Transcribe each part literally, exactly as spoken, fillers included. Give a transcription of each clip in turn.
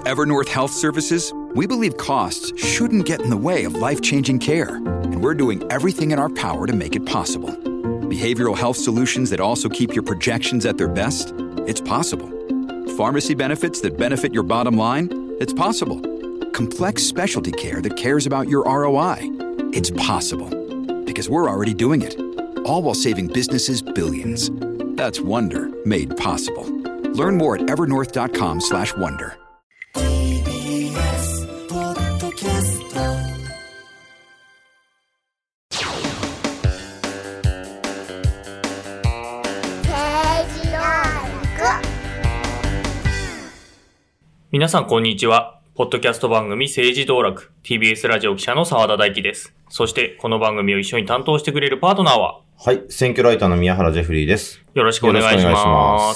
Evernorth Health Services, we believe costs shouldn't get in the way of life-changing care, and we're doing everything in our power to make it possible. Behavioral health solutions that also keep your projections at their best? It's possible. Pharmacy benefits that benefit your bottom line? It's possible. Complex specialty care that cares about your R O I? It's possible. Because we're already doing it. All while saving businesses billions. That's Wonder made possible. Learn more at evernorth.com slash wonder. ティービーエス ポッドキャスト皆さんこんにちは。ポッドキャスト番組政治道楽 ティービーエス ラジオ記者の澤田大樹です。そしてこの番組を一緒に担当してくれるパートナーは、 はい、選挙ライターの宮原ジェフリーです。 よろしくお願いします。よろしくお願いします。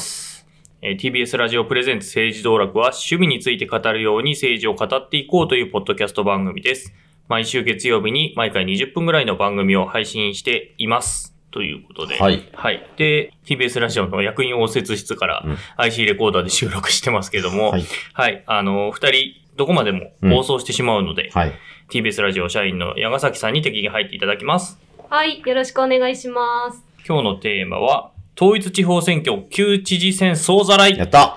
えー、ティービーエス ラジオプレゼンツ政治道楽は趣味について語るように政治を語っていこうというポッドキャスト番組です。毎週月曜日に毎回にじゅっぷんぐらいの番組を配信しています。ということで。 はい。 はい。で、ティービーエス ラジオの役員応接室から アイシー レコーダーで収録してますけども、はい。はい。あの、二人、どこまでも放送してしまうので、うん、はい。ティービーエス ラジオ社員の矢ヶ崎さんに適宜入っていただきます。 はい。よろしくお願いします。 今日のテーマは、統一地方選挙旧知事選総ざらい。 やった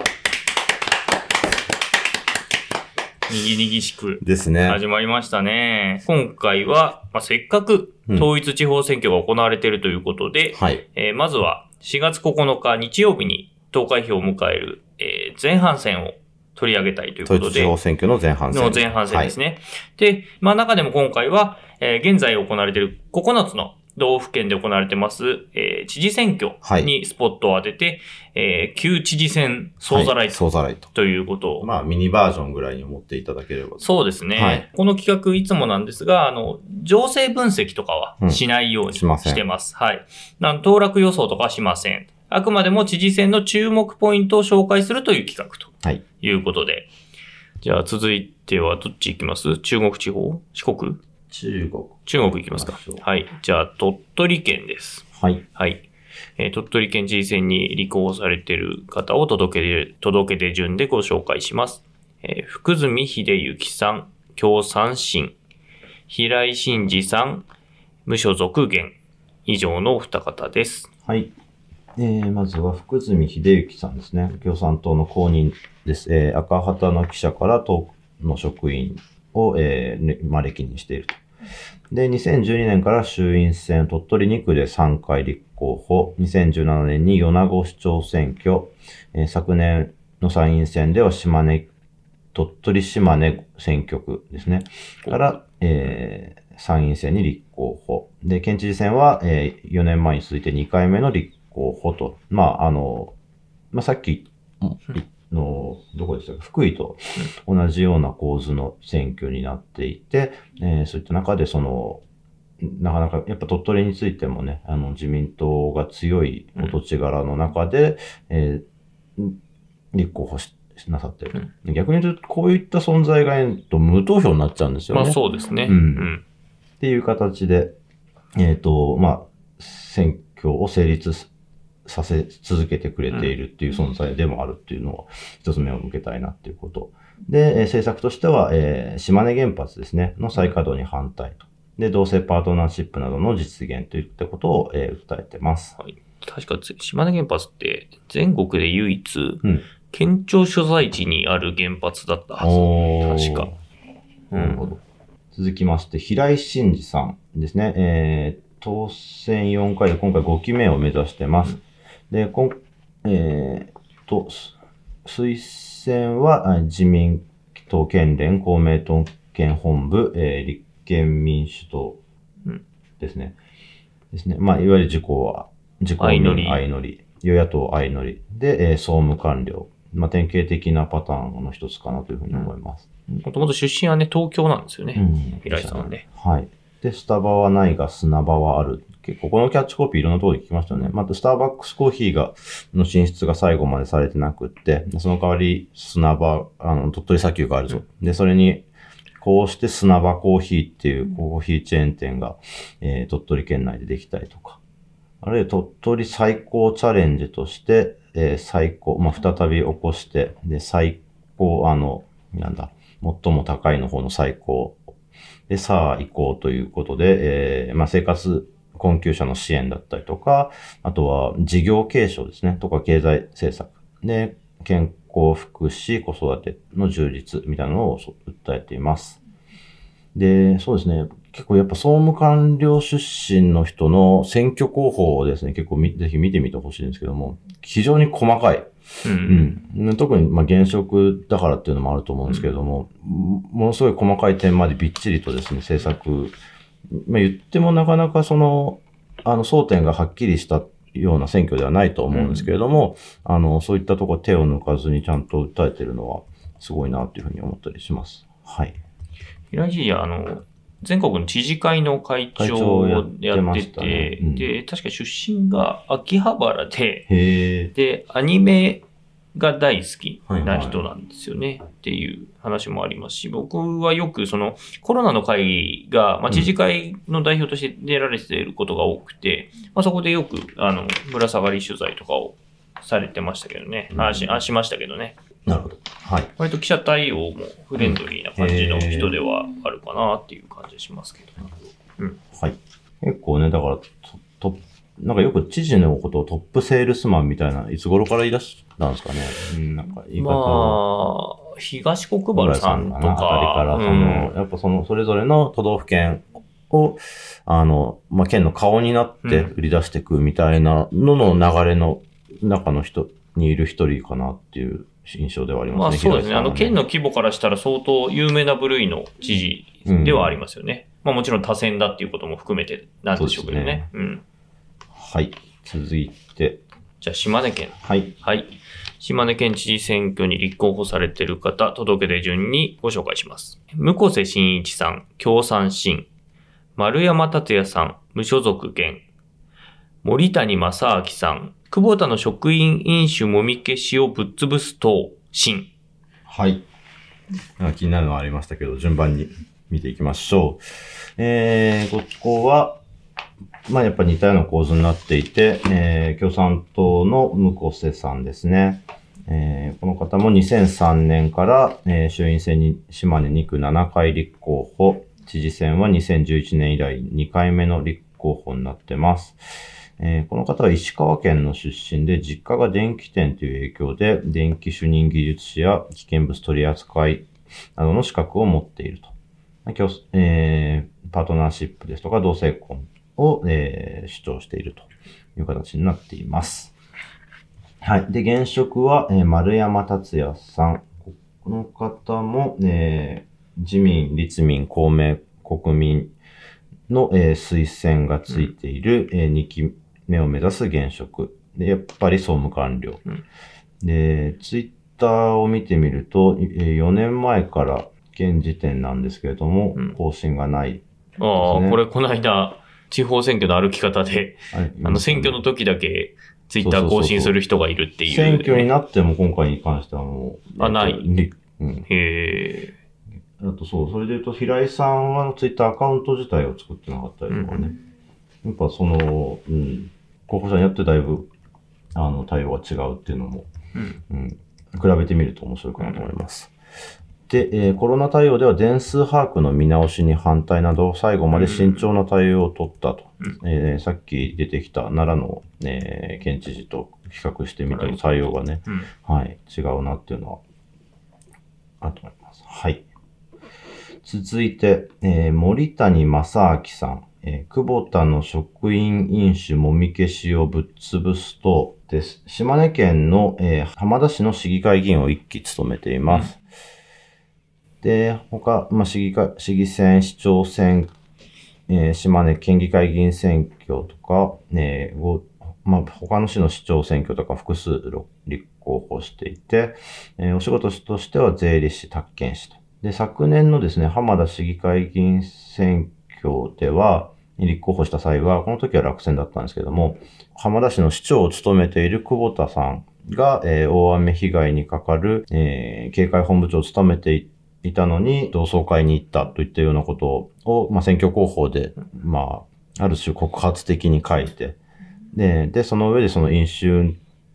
にぎにぎしくですね。 始まりましたね。今回は、まあ、せっかく統一地方選挙が行われているということで、うん、はい。えー、まずはしがつここのか日曜日に投開票を迎える、えー、前半戦を取り上げたいということで。 統一地方選挙の前半戦。 の前半戦ですね。はい、で、まあ中でも今回は、えー、現在行われているここのつの道府県で行われてます、えー、知事選挙にスポットを当てて、はい、えー、旧知事選総ざらいと、はい、総ざらいと。ということを。 まあミニバージョンぐらいに持っていただければ。 そうですね。はい、この企画いつもなんですが、あの、情勢分析とかはしないようにしてます。うん、します。はい。なん当落予想とかはしません。あくまでも知事選の注目ポイントを紹介するという企画ということで。はい、じゃあ続いてはどっち行きます？中国地方？四国？ 中国。 中国行きますか。はい。じゃあ、鳥取県です。 はい。 はい。えー、鳥取県知事選に立候補されている方を届け出、届け出順でご紹介します。えー、福住秀幸さん、共産新。平井真二さん、無所属現。以上のお二方です。 はい。えー、まずは福住秀幸さんですね。共産党の公認です。えー、赤旗の記者から党の職員を、えー、まあ、歴任していると。で、にせんじゅうにねんから衆院選、鳥取にくでさんかい立候補、にせんじゅうななねんに米子市長選挙、えー、昨年の参院選では島根、鳥取島根選挙区ですね。から、えー、参院選に立候補。で、県知事選は、えー、よねんまえに続いてにかいめの立候補と。まあ、あの、まあ、さっき、の、どこでしたか、福井と同じような構図の選挙になっていて、えー、そういった中でその、なかなか、やっぱ鳥取についてもね、あの、自民党が強いお土地柄の中で、うん、えー、立候補しなさっている、うん。逆に言うと、こういった存在がいると無投票になっちゃうんですよね。 まあそうですね。 うん。うん、っていう形で、えっと、まあ、選挙を成立すさせ続けてくれているっていう存在でもあるっていうのを一つ目を向けたいなっていうこと。で、えー、政策としては、えー、島根原発ですね、の再稼働に反対と。で、同性パートナーシップなどの実現といったことを、えー、訴えてます。 はい。確か、島根原発って全国で唯一、うん、県庁所在地にある原発だったはず。確か。 なるほど。続きまして、平井真二さんですね。えー、当選よんかいで今回ごきめを目指してます。うんで、こん、えー、と、推薦は自民党県連、公明党県本部、えー、立憲民主党ですね。うん、ですね。まあ、いわゆる自公は、自公民相乗り、与野党相乗りで、えー、総務官僚。まあ、典型的なパターンの一つかなというふうに思います。 もともと出身はね、東京なんですよね。うん、平井さんはね。 はい。で、スタバはないが砂場はある。結構このキャッチコピーいろんなところで聞きましたよね。また、スターバックスコーヒーが、の進出が最後までされてなくって、その代わり砂場、あの、鳥取砂丘があるぞ。で、それに、こうして砂場コーヒーっていうコーヒーチェーン店が、えー、鳥取県内でできたりとか。あるいは鳥取最高チャレンジとして、えー、最高、まあ、再び起こして、で、最高、あの、 なんだ、最も高いの方の最高。で、さあ行こうということで、えー、まあ生活困窮者の支援だったりとか、あとは事業継承ですね、とか経済政策。で、健康福祉、子育ての充実みたいなのを訴えています。で、そうですね。結構やっぱ総務官僚出身の人の選挙候補をですね、結構ぜひ見てみてほしいんですけども、非常に細かい。うん。うん、特にまあ現職だからっていうのもあると思うんですけれども、うん、ものすごい細かい点までびっちりとですね、政策、まあ言ってもなかなかその、あの争点がはっきりしたような選挙ではないと思うんですけれども、うん、あの、そういったところ手を抜かずにちゃんと訴えているのはすごいなというふうに思ったりします。はい。 平井知事、あの、全国の知事会の会長をやってて、ねうん、で、確か出身が秋葉原で、 へで、アニメが大好きな人なんですよね、はいはい、っていう話もありますし、僕はよくそのコロナの会が、まあ、知事会の代表として出られていることが多くて、うん、まあ、そこでよく、あの、ぶら下がり取材とかをされてましたけどね、うん、あし、あしましたけどね。 なるほど。はい。 割と記者対応もフレンドリーな感じの人ではあるかなっていう感じしますけど。 うん。はい。結構ね、だから、と、なんかよく知事のことをトップセールスマンみたいな、いつ頃から言い出したんですかね。うん、なんか言い方を。まあ、東国原さんとか。あたりから、その、うん、やっぱその、それぞれの都道府県を、あの、まあ、県の顔になって売り出していくみたいなのの流れの中の人にいる一人かなっていう。印象ではありますね。 まあそうですね。あの県の規模からしたら相当有名な部類の知事ではありますよね。うん、まあもちろん多選だっていうことも含めてなんでしょうけどね。ねうん。 はい。続いて。 じゃあ島根県。 はい。 はい。島根県知事選挙に立候補されている方、届け出順にご紹介します。向瀬真一さん、共産新。丸山達也さん、無所属現。森谷正明さん、久保田の職員飲酒もみ消しをぶっ潰す党、新。 はい。気になるのはありましたけど、順番に見ていきましょう。えー、ここは、まあやっぱり似たような構図になっていて、えー、共産党の向瀬さんですね。えー、この方もにせんさんねんから、えー、衆院選に島根に区ななかい立候補、知事選はにせんじゅういちねん以来にかいめの立候補になってます。えー、この方は石川県の出身で、実家が電気店という影響で、電気主任技術士や危険物取扱いなどの資格を持っていると。えー、パートナーシップですとか同性婚を、えー、主張しているという形になっています。はい。で、現職は、えー、丸山達也さん。この方も、えー、自民、立民、公明、国民の、えー、推薦がついている、うん、えー、にきめを目指す現職。で、やっぱり総務官僚。うん、で、ツイッターを見てみると、よねんまえから現時点なんですけれども、うん、更新がない、ね。 ああ、これこの間、地方選挙の歩き方で、あの、選挙の時だけツイッター更新する人がいるっていう、ね。 選挙になっても今回に関してはもう。 あ、ない。 うん、 へー。あとそう、それで言うと、平井さんはツイッターアカウント自体を作ってなかったりとかね。うん、やっぱその、うん、候補者によってだいぶ、あの、対応が違うっていうのも、うんうん、比べてみると面白いかなと思います。うん、で、えー、コロナ対応では全数把握の見直しに反対など、最後まで慎重な対応を取ったと。うんえー、さっき出てきた奈良の、えー、県知事と比較してみても対応がね、うん、はい、違うなっていうのは、あると思います。はい。続いて、えー、森谷正明さん。えー、久保田の職員飲酒もみ消しをぶっ潰す党です。島根県の、えー、浜田市の市議会議員を一期務めています。うん、で、他、まあ、市議会、市議選、市長選、えー、島根県議会議員選挙とか、えーごまあ、他の市の市長選挙とか複数立候補していて、えー、お仕事としては税理士、宅建士と。で、昨年のですね、浜田市議会議員選挙では、立候補した際は、この時は落選だったんですけども、浜田市の市長を務めている久保田さんが、えー、大雨被害にかかる、えー、警戒本部長を務めていたのに、同窓会に行ったといったようなことを、まあ、選挙広報で、まあ、ある種告発的に書いて、で、で、その上でその飲酒運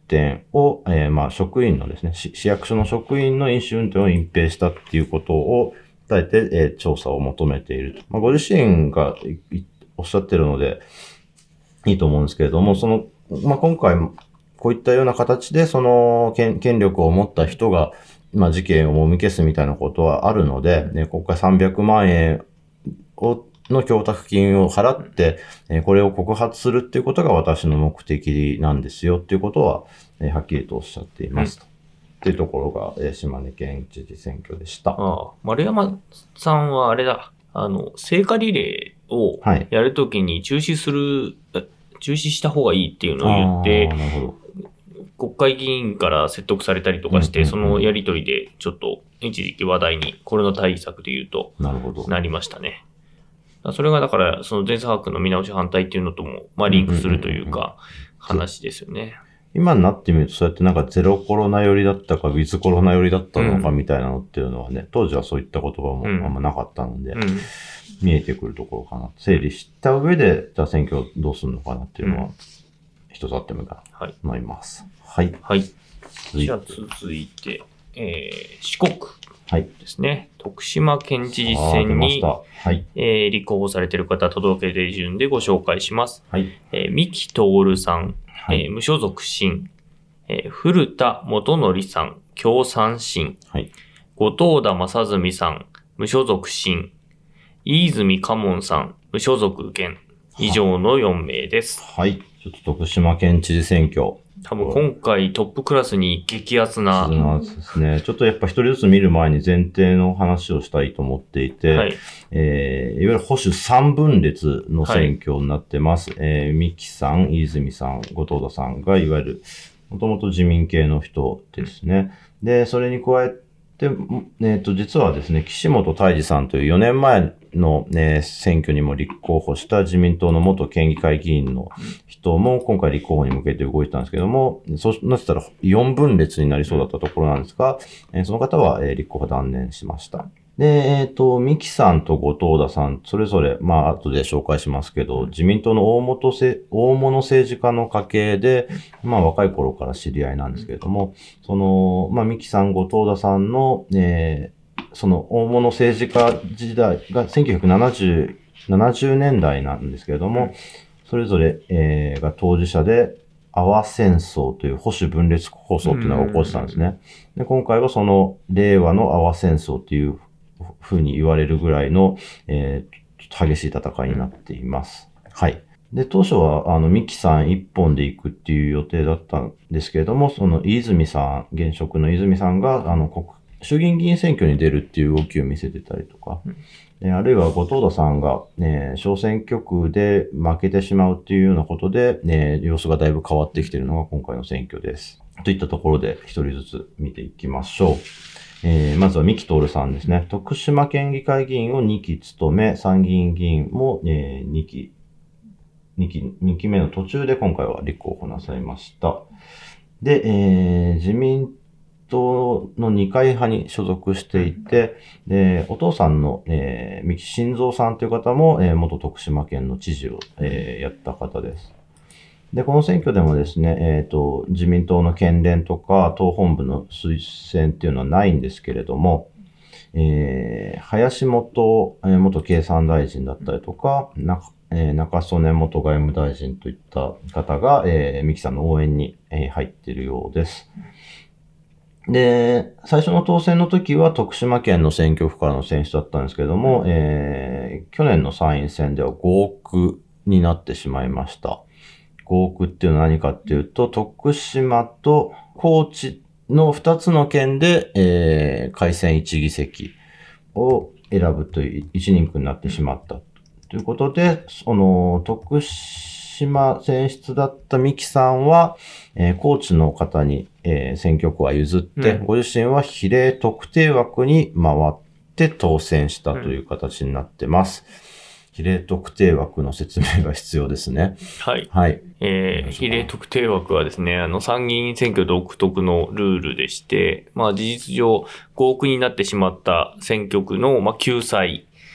転を、えー、まあ職員のですね、市役所の職員の飲酒運転を隠蔽したっていうことを訴えて、えー、調査を求めていると。まあ、ご自身がおっしゃってるのでいいと思うんですけれども、その、まあ、今回こういったような形でその権、権力を持った人が、まあ、事件をもみ消すみたいなことはあるので、ね、今回さんびゃくまんえんをの供託金を払って、これを告発するっていうことが私の目的なんですよっていうことは、はっきりとおっしゃっていますと。うん、っていうところが、島根県知事選挙でした。 ああ、丸山さんはあれだ、あの、聖火リレーをやるときに中止する、はい、中止した方がいいっていうのを言って、なるほど。国会議員から説得されたりとかして、うんうんうん、そのやりとりでちょっと一時期話題に、コロナ対策で言うと、なるほど。なりましたね。それがだから、その全数把握の見直し反対っていうのとも、まあリンクするというか、話ですよね。 今になってみると、そうやってなんかゼロコロナ寄りだったか、ウィズコロナ寄りだったのかみたいなのっていうのはね、うん、当時はそういった言葉もあんまなかったので、うんうん、見えてくるところかな。整理した上で、じゃあ選挙どうするのかなっていうのは、一つあってもいいかなと思います。はい。 はい。じゃあ続いて、えー、四国。はい。ですね。徳島県知事選に、はい、えー、立候補されている方、届け出順でご紹介します。はい。えー、三木徹さん、はい、えー、無所属新、えー、古田元則さん、共産新、はい。後藤田正純さん、無所属新、飯泉嘉門さん、無所属現、以上のよんめいです。 はい。ちょっと徳島県知事選挙。 多分今回トップクラスに激アツな。 そうですね。ちょっとやっぱ一人ずつ見る前に前提の話をしたいと思っていて、はい、えー、いわゆる保守三分裂の選挙になってます。はい、えー、三木さん、飯泉さん、後藤田さんがいわゆる、もともと自民系の人ですね。で、それに加えて、えっと、実はですね、岸本泰治さんというよねんまえの、ね、選挙にも立候補した自民党の元県議会議員の人も今回立候補に向けて動いたんですけども、そうなってたらよんぶん列になりそうだったところなんですが、その方は立候補断念しました。で、えっと、三木さんと後藤田さん、それぞれ、まあ、後で紹介しますけど、自民党の大元せ、大物政治家の家系で、まあ、若い頃から知り合いなんですけれども、その、まあ、三木さん、後藤田さんの、えー、その大物政治家時代がせんきゅうひゃくななじゅう、ななじゅうねんだいなんですけれども、それぞれ、えー、が当事者で、阿波戦争という保守分裂構想というのが起こってたんですね。で、今回はその、令和の阿波戦争というふうに言われるぐらいの、えー、激しい戦いになっています。はい。で、当初は、あの、三木さん一本で行くっていう予定だったんですけれども、その、飯泉さん、現職の飯泉さんが、あの、国、衆議院議員選挙に出るっていう動きを見せてたりとか、うん、あるいは後藤田さんが、ね、小選挙区で負けてしまうっていうようなことで、ね、様子がだいぶ変わってきているのが今回の選挙です。といったところで一人ずつ見ていきましょう。えー、まずは三木徹さんですね。徳島県議会議員をにき務め、参議院議員も、えー、にき、にき、にきめの途中で今回は立候補なさいました。で、えー、自民党の二階派に所属していて、で、お父さんの、えー、三木晋三さんという方も、えー、元徳島県の知事を、えー、やった方です。で、この選挙でもですね、えっと、自民党の県連とか党本部の推薦っていうのはないんですけれども、えー、林元、えー、元経産大臣だったりとか、なえー、中曽根元外務大臣といった方が、えー、三木さんの応援に、えー、入っているようです。で、最初の当選の時は徳島県の選挙区からの選出だったんですけれども、えー、去年の参院選では合区になってしまいました。合区っていうのは何かっていうと、徳島と高知のふたつの県で、えー、改選いちぎせきを選ぶという一人区になってしまったということで、その徳島選出だった三木さんは、えー、高知の方に、えー、選挙区は譲って、うん、ご自身は比例特定枠に回って当選したという形になってます。うん比例特定枠の説明が必要ですね。 はい。はい。えー、比例特定枠はですね、あの、参議院選挙独特のルールでして、まあ、事実上、合区になってしまった選挙区の、まあ、救済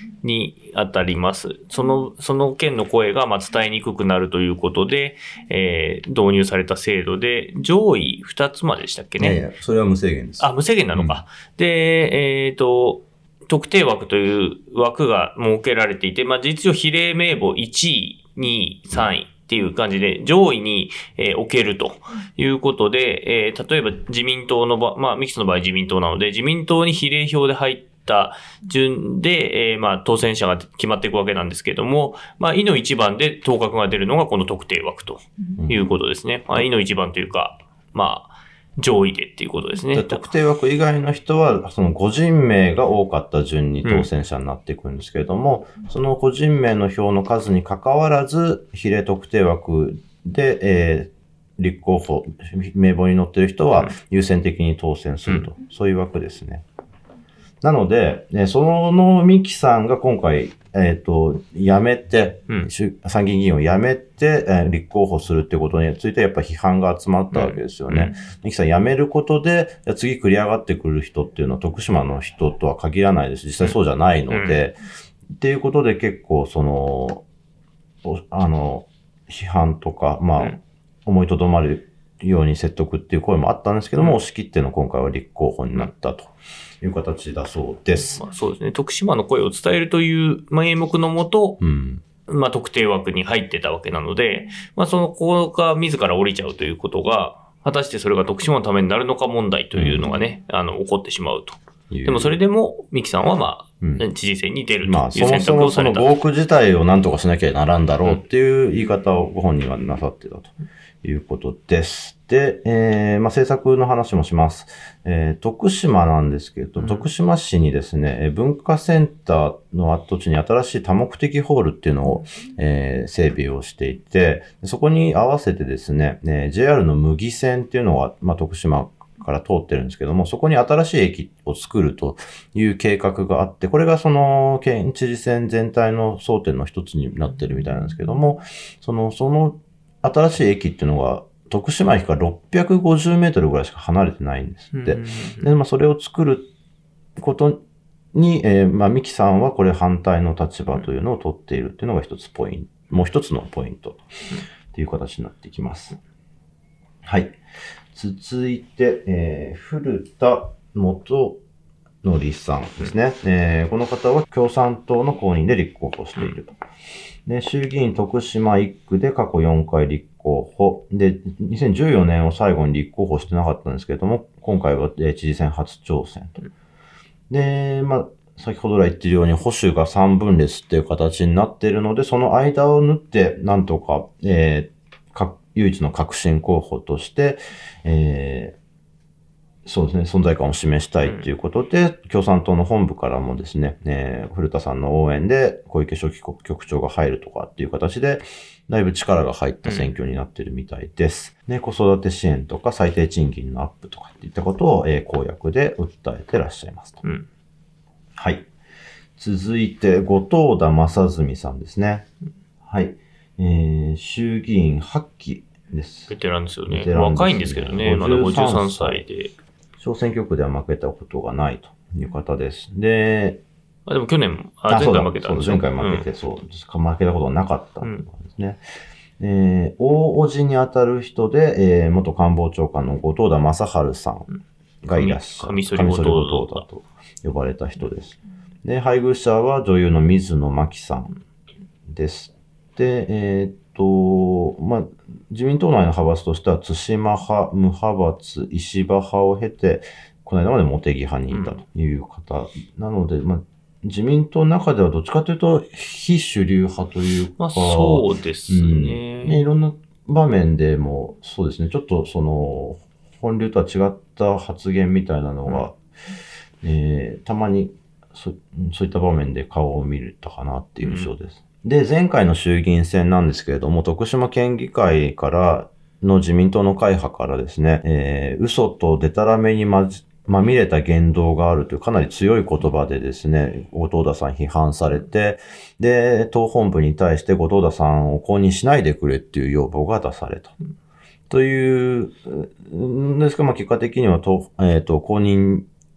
にあたります。その、その件の声がまあ伝えにくくなるということで、えー、導入された制度で、上位ふたつまででしたっけね。 いやいや、それは無制限です。 あ、無制限なのか。うん、で、えっと、特定枠という枠が設けられていて、まあ実情比例名簿いちい、にい、さんいっていう感じで上位に、えー、置けるということで、えー、例えば自民党の場、まあミキスの場合自民党なので、自民党に比例票で入った順で、えー、まあ当選者が決まっていくわけなんですけれども、まあいのいちばんで当確が出るのがこの特定枠ということですね。うん、まあいのいちばんというか、まあ、上位でっていうことですね。 特定枠以外の人は、その個人名が多かった順に当選者になっていくんですけれども、うん、その個人名の票の数に関わらず、比例特定枠で、えー、立候補、名簿に載っている人は優先的に当選すると。うん、そういう枠ですね。なので、その三木さんが今回、えっと、辞めて、うん、参議院議員を辞めて、えー、立候補するってことについてやっぱ批判が集まったわけですよね。三木、うん、さん辞めることで、次繰り上がってくる人っていうのは徳島の人とは限らないです。実際そうじゃないので、うん、っていうことで結構その、あの、批判とか、まあ、うん、思いとどまるように説得っていう声もあったんですけども、うん、押し切っての今回は立候補になったと。いう形だそうです。 まあ、そうですね。徳島の声を伝えるという名目のもと、うん、まあ特定枠に入ってたわけなので、まあその子が自ら降りちゃうということが、果たしてそれが徳島のためになるのか問題というのがね、うん、あの、起こってしまうと。でもそれでも、三木さんはまあ、うん、知事選に出るという選択をされた。 まあ、そもそもその合区自体を何とかしなきゃならんだろうっていう言い方をご本人はなさってたということです。で、えー、まあ、政策の話もします。えー、徳島なんですけど、うん、徳島市にですね、文化センターの跡地に新しい多目的ホールっていうのを、えー、整備をしていて、そこに合わせてですね、えー、ジェイアール の牟岐線っていうのが、まあ、徳島から通ってるんですけども、そこに新しい駅を作るという計画があって、これがその県知事選全体の争点の一つになってるみたいなんですけども、その、その新しい駅っていうのが、徳島駅からろっぴゃくごじゅうメートルぐらいしか離れてないんですって。で、まあ、それを作ることに、えー、まあ、三木さんはこれ反対の立場というのを取っているっていうのが一つポイント、もう一つのポイントっていう形になってきます。はい。続いて、えー、古田元則さんですね、えー。この方は共産党の公認で立候補していると。で、衆議院徳島いっくで過去よんかい立候補。で、にせんじゅうよねんを最後に立候補してなかったんですけれども、今回は知事選初挑戦と。で、まあ、先ほど来言っているように保守がさんぶん列っていう形になっているので、その間を縫って、なんとか、えー、か唯一の革新候補として、えーそうですね、存在感を示したいということで、うん、共産党の本部からもですね、えー、古田さんの応援で小池書記局長が入るとかっていう形で、だいぶ力が入った選挙になっているみたいです。うん、で、子育て支援とか最低賃金のアップとかっていったことを、えー、公約で訴えてらっしゃいますと。うん、はい。続いて、後藤田正純さんですね。はい。えー、衆議院はちきです。 ベテランですよね。ね若いんですけどね。まだごじゅうさんさいで。 小選挙区では負けたことがないという方です。で、 あでも去年、あ前回負けたんですよ。前回負けて、うん、そう、負けたことがなかったということですね。うん、えー、大叔父に当たる人で、えー、元官房長官の後藤田正治さんがいらっしゃる。 カミソリ後藤だと呼ばれた人です。で、配偶者は女優の水野真紀さんです。で、えー、っと、まあ、自民党内の派閥としては、津島派、無派閥、石破派を経て、この間まで茂木派にいたという方。うん、なので、まあ、自民党の中ではどっちかというと、非主流派というか、 まあ、そうですね、うんね。いろんな場面でも、そうですね、ちょっとその、本流とは違った発言みたいなのが、うん、えー、たまにそ、そういった場面で顔を見れたかなっていう印象です。うん、で、前回の衆議院選なんですけれども、徳島県議会からの自民党の会派からですね、えー、嘘とデタラメにまじ、まみれた言動があるというかなり強い言葉でですね、後藤田さん批判されて、で、党本部に対して後藤田さんを公認しないでくれっていう要望が出された。うん、という、ですから、まあ、結果的には党、えっと、公認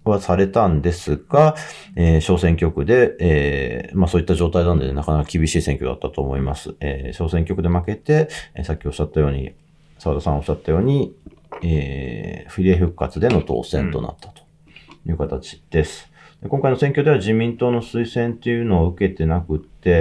はされたんですが、えー、小選挙区で、えー、まあそういった状態なんで、なかなか厳しい選挙だったと思います。えー、小選挙区で負けて、えー、さっきおっしゃったように、澤田さんおっしゃったように、えー、比例復活での当選となったという形です。で今回の選挙では自民党の推薦というのを受けてなくって、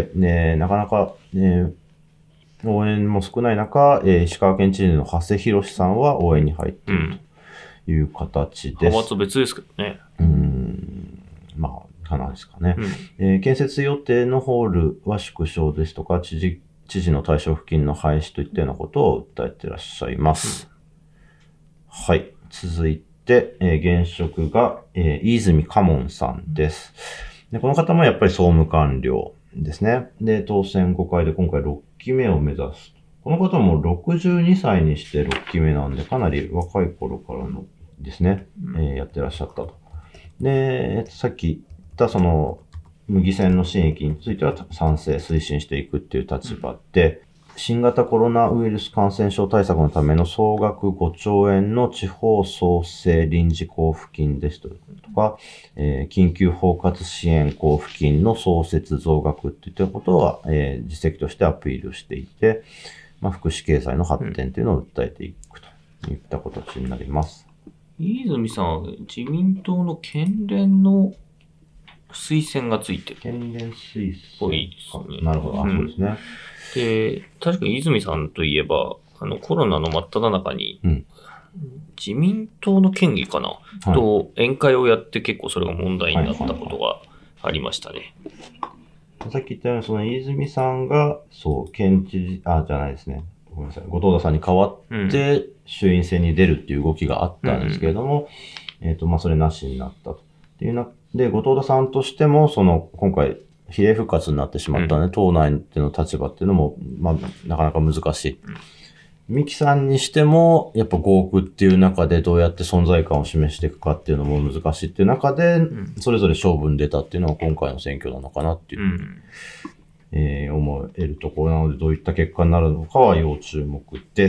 ね、なかなか、ね、応援も少ない中、えー、石川県知事の長谷博さんは応援に入っていると。うんいう形です。 派閥別ですけどね。 うーん。まあ、かなですかね、うんえー。建設予定のホールは縮小ですとか、知事、知事の対象付近の廃止といったようなことを訴えていらっしゃいます。うん、はい。続いて、えー、現職が、えー、飯泉嘉門さんです。で。この方もやっぱり総務官僚ですね。で、当選ごかいで今回ろっきめを目指す。この方もろくじゅうにさいにしてろっきめなんで、かなり若い頃からのですね、えー、やってらっしゃったと。で、さっき言ったその、無議選の新駅については賛成、推進していくっていう立場で、新型コロナウイルス感染症対策のための総額ごちょうえんの地方創生臨時交付金ですとか、えー、緊急包括支援交付金の創設増額っていったことは、えー、実績としてアピールしていて、まあ、福祉経済の発展というのを訴えていくといった形になります。 飯泉さんは自民党の県連の推薦がついてる。 県連推薦。 ぽいですね。 なるほど。あ、そうですね。 で、確かに泉さんといえば、あのコロナの真っ只中に、うん、自民党の県議かな、はい、と宴会をやって結構それが問題になったことがありましたね。 さっき言ったように、その飯泉さんが、そう、県知事、あ、じゃないですね。ごめんなさい。後藤田さんに代わって、衆院選に出るっていう動きがあったんですけれども、うん、えっと、まあ、それなしになったと。っていうな、で、後藤田さんとしても、その、今回、比例復活になってしまったね、うん、党内での立場っていうのも、まあ、なかなか難しい。三木さんにしても、やっぱ合区っていう中でどうやって存在感を示していくかっていうのも難しいっていう中で、うん、それぞれ勝負に出たっていうのは今回の選挙なのかなっていう、うんえー、思えるところなので、どういった結果になるのかは要注目です。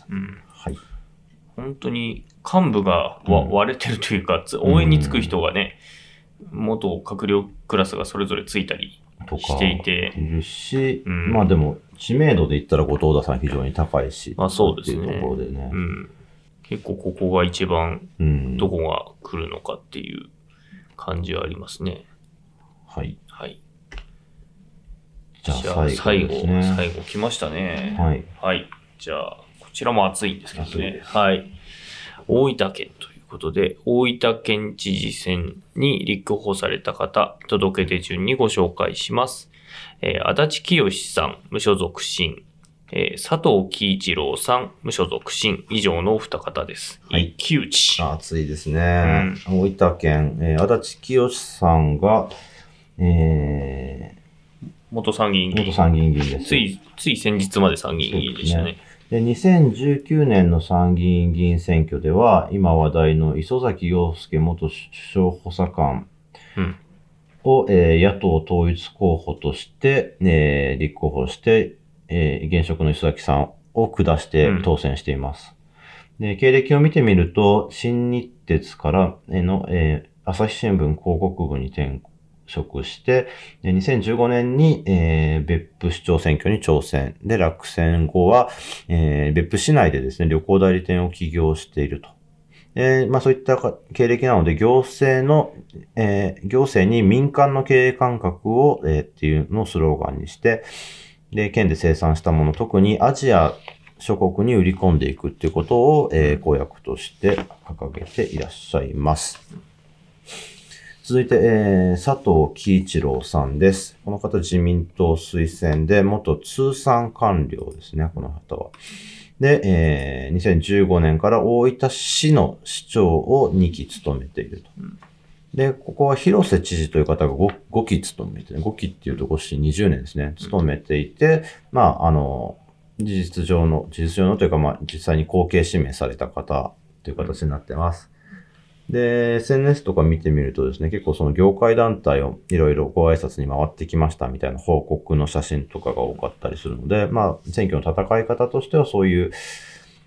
うん、はい。 本当に幹部が割れてるというか、うん、応援につく人がね、元閣僚クラスがそれぞれついたりしていて。 いるし、うん、まあでも、知名度で言ったら後藤田さん非常に高いし。 まあそうですね。 っていうところでね。 うん、結構ここが一番、どこが来るのかっていう感じはありますね。 はい。 はい。 じゃあ最後ですね。 最後、最後来ましたね。 はい。 はい。じゃあ、こちらも暑いんですけどね。はい。大分県ということで、大分県知事選に立候補された方、届け出順にご紹介します。えー、足立清さん、無所属新、えー、佐藤喜一郎さん、無所属新、以上のお二方です。 はい、 一騎打ち。 暑いですね。うん、大分県、えー、足立清さんが、えー、 元参議院議員。 元参議院議員です。 つい、つい先日まで参議院議員でしたね。 で、にせんじゅうきゅうねんの参議院議員選挙では、今話題の磯崎陽介元首相補佐官を、うんえー、野党統一候補として、えー、立候補して、えー、現職の磯崎さんを下して当選しています。うん、で、経歴を見てみると、新日鉄からの、えー、朝日新聞広告部に転職して、にせんじゅうごねんに、えー、別府市長選挙に挑戦。で、落選後は、えー、別府市内でですね、旅行代理店を起業していると。えー、まあそういった経歴なので、行政の、えー、行政に民間の経営感覚を、えー、っていうのをスローガンにして、で、県で生産したもの、特にアジア諸国に売り込んでいくっていうことを、えー、公約として掲げていらっしゃいます。続いて、えー、佐藤喜一郎さんです。この方自民党推薦で、元通産官僚ですね、この方は。で、えー、にせんじゅうごねんから大分市の市長をにき務めていると。で、ここは広瀬知事という方が 5, 5期務めて、ごきっていうとごしにじゅうねんですね、務めていて、まあ、あの、事実上の、事実上のというか、まあ、実際に後継指名された方という形になってます。で、エスエヌエス とか見てみるとですね、結構その業界団体をいろいろご挨拶に回ってきましたみたいな報告の写真とかが多かったりするので、まあ、選挙の戦い方としてはそういう、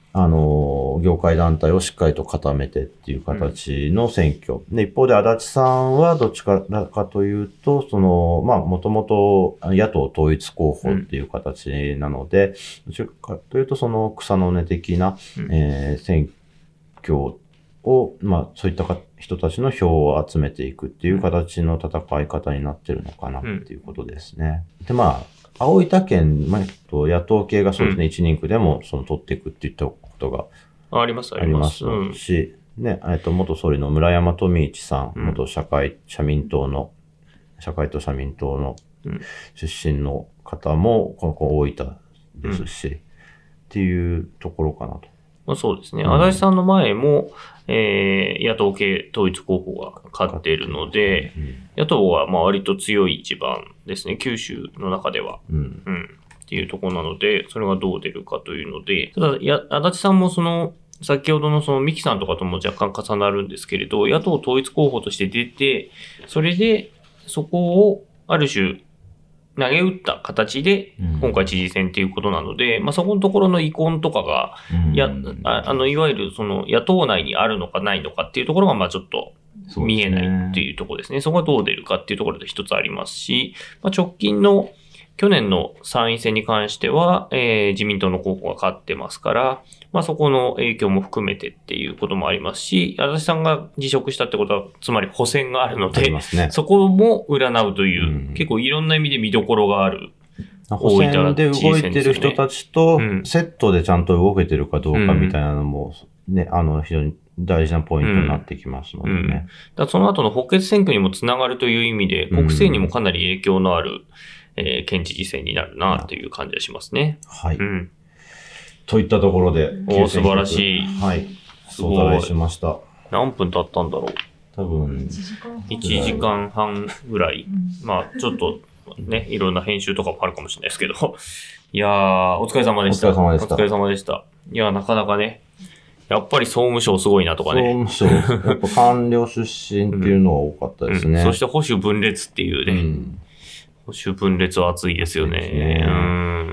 あの、業界団体をしっかりと固めてっていう形の選挙。で、一方で足立さんはどっちかかというと、その、まあ、もともと野党統一候補っていう形なので、どちらかというと、その草の根的な、えー、選挙を、まあ、そういった人たちの票を集めていくっていう形の戦い方になってるのかなっていうことですね。で、まあ、大分県、まあ、野党系がそうですね、うん、いち人区でもその取っていくっていったことがあります、あります。 ありますし、うん、ね、えっと、元総理の村山富一さん、うん、元社会、社民党の、社会と社民党の出身の方も、この大分ですし、うん、っていうところかなと。 まあ、そうですね。足立さんの前も、えー、野党系統一候補が勝っているので、うん、野党はまあ割と強い地盤ですね。九州の中では。うん。うん。っていうところなので、それがどう出るかというので、ただ、や、足立さんもその、先ほどのその三木さんとかとも若干重なるんですけれど、野党統一候補として出て、それで、そこをある種、投げ打った形で、今回知事選っていうことなので、うん、まあそこのところの遺恨とかが、うん、や、あ, あの、いわゆるその野党内にあるのかないのかっていうところが、まあちょっと見えないっていうところですね。そこがどう出るかっていうところで一つありますし、まあ直近の去年の参院選に関しては、えー、自民党の候補が勝ってますから、まあそこの影響も含めてっていうこともありますし、足立さんが辞職したってことは、つまり補選があるので、ね、そこも占うという、うん、結構いろんな意味で見どころがある。 補選で動いてる人たちと、セットでちゃんと動けてるかどうかみたいなのも、ね、あの、非常に大事なポイントになってきますのでね。うんうん、 だその後の補欠選挙にもつながるという意味で、国政にもかなり影響のある、えー、県知事選になるなという感じがしますね。 はい。うん、といったところで、 お素晴らしい。 はい。おさらいしました。 何分経ったんだろう。 多分、 いちじかんはんぐらい。うん、まあ、ちょっとね、いろんな編集とかもあるかもしれないですけど。いやー、お疲れ様でした。 お疲れ様でした。 お疲れ様でした。いやー、なかなかね、やっぱり総務省すごいなとかね。 総務省、やっぱ官僚出身っていうのは多かったですね。 うんうん、そして保守分裂っていうね。うん保守分裂は熱いですよね。ねうん。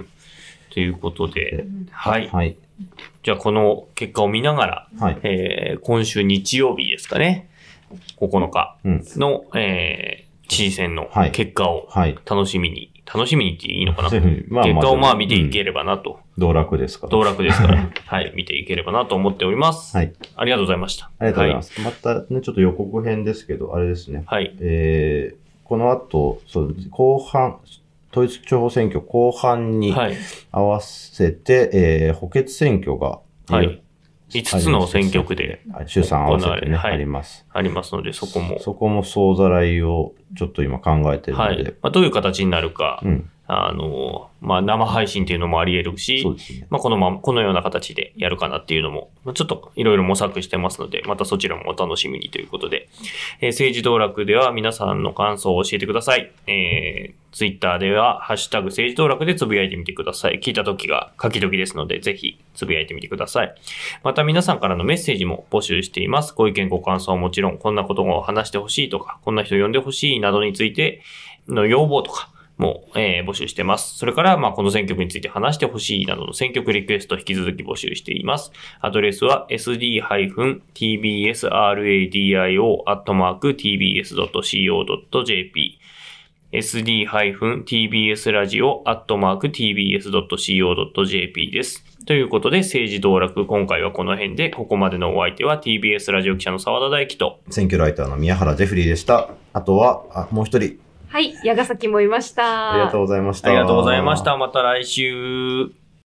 ということで、はい。はい。じゃあ、この結果を見ながら、はいえー、今週日曜日ですかね、ここのかの、うんえー、知事選の結果を楽しみに、はい、楽しみにっていいのかな、まあ、結果をまあ見ていければなと。 うん、道楽ですから。 道楽ですから。はい。見ていければなと思っております。はい。ありがとうございました。 ありがとうございます。はい、またね、ちょっと予告編ですけど、あれですね。 はい。 えーこの後、そう、後半、統一地方選挙後半に合わせて、はいえー、補欠選挙が、 はい、いつつの選挙区で、 衆参合わせてね、はい、あります。 ありますので、そこも。 そこも総ざらいをちょっと今考えているので。はい。 まあ、どういう形になるか、うん、あの、まあ、生配信っていうのもあり得るし、そうですね。まあ、このまま、このような形でやるかなっていうのも、まあ、ちょっといろいろ模索してますので、またそちらもお楽しみにということで、えー、政治道楽では皆さんの感想を教えてください。えー、ツイッターでは、ハッシュタグ政治道楽でつぶやいてみてください。聞いた時が書き時ですので、ぜひつぶやいてみてください。また皆さんからのメッセージも募集しています。ご意見ご感想はもちろん、こんなことを話してほしいとか、こんな人呼んでほしいなどについての要望とか、も、えー、募集してます。それから、まあ、この選挙区について話してほしいなどの選挙区リクエスト引き続き募集しています。アドレスは エスディー ティービーエス ラディオ アットマーク ティービーエス ドット シーオー ドット ジェーピー エスディー ティービーエス ラジオ アットマーク ティービーエス ドット シーオー ドット ジェーピー です。ということで、政治道楽、今回はこの辺で、ここまでのお相手は ティービーエス ラジオ記者の澤田大樹と、 選挙ライターの宮原ジェフリーでした。あとは、あもう一人。 はい、矢ヶ崎もいました。 ありがとうございました。 ありがとうございました。また来週。